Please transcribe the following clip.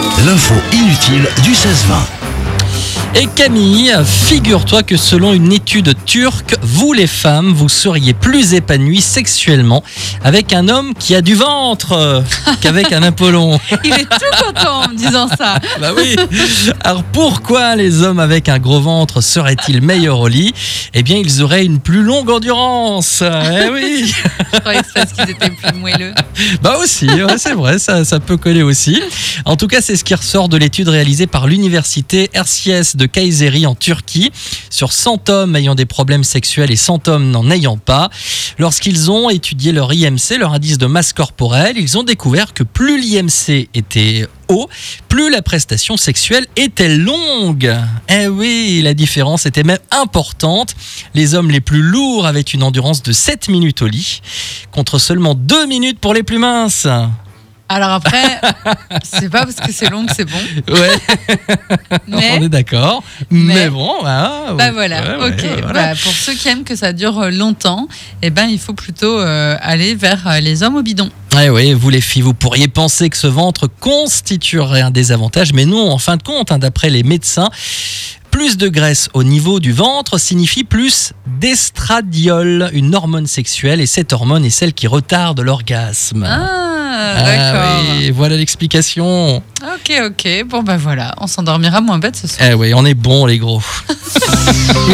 L'info inutile du 16-20. Et Camille, figure-toi que selon une étude turque, vous les femmes, vous seriez plus épanouies sexuellement avec un homme qui a du ventre qu'avec un Apollon. Il est tout content en me disant ça. Bah oui. Alors pourquoi les hommes avec un gros ventre seraient-ils meilleurs au lit ? Eh bien, ils auraient une plus longue endurance. Eh oui. Je croyais que c'est parce qu'ils étaient plus moelleux. Bah aussi, ouais, c'est vrai, ça peut coller aussi. En tout cas, c'est ce qui ressort de l'étude réalisée par l'université Erciyes de Kayseri en Turquie sur 100 hommes ayant des problèmes sexuels et 100 hommes n'en ayant pas. Lorsqu'ils ont étudié leur IMC, leur indice de masse corporelle, ils ont découvert que plus l'IMC était haut, plus la prestation sexuelle était longue. Eh oui, la différence était même importante. Les hommes les plus lourds avaient une endurance de 7 minutes au lit, contre seulement 2 minutes pour les plus minces. Alors après, c'est pas parce que c'est long que c'est bon. Ouais, Mais, on est d'accord. Mais bon, voilà. bah voilà, Ouais, ok. voilà. Bah, pour ceux qui aiment que ça dure longtemps, eh ben, il faut plutôt aller vers les hommes au bidon. Ouais, oui, vous les filles, vous pourriez penser que ce ventre constituerait un désavantage, mais non, en fin de compte, d'après les médecins, plus de graisse au niveau du ventre signifie plus d'estradiol, une hormone sexuelle, et cette hormone est celle qui retarde l'orgasme. D'accord. Oui, voilà l'explication. Ok. Bon, bah voilà, on s'endormira moins bête ce soir. Eh oui, on est bons les gros.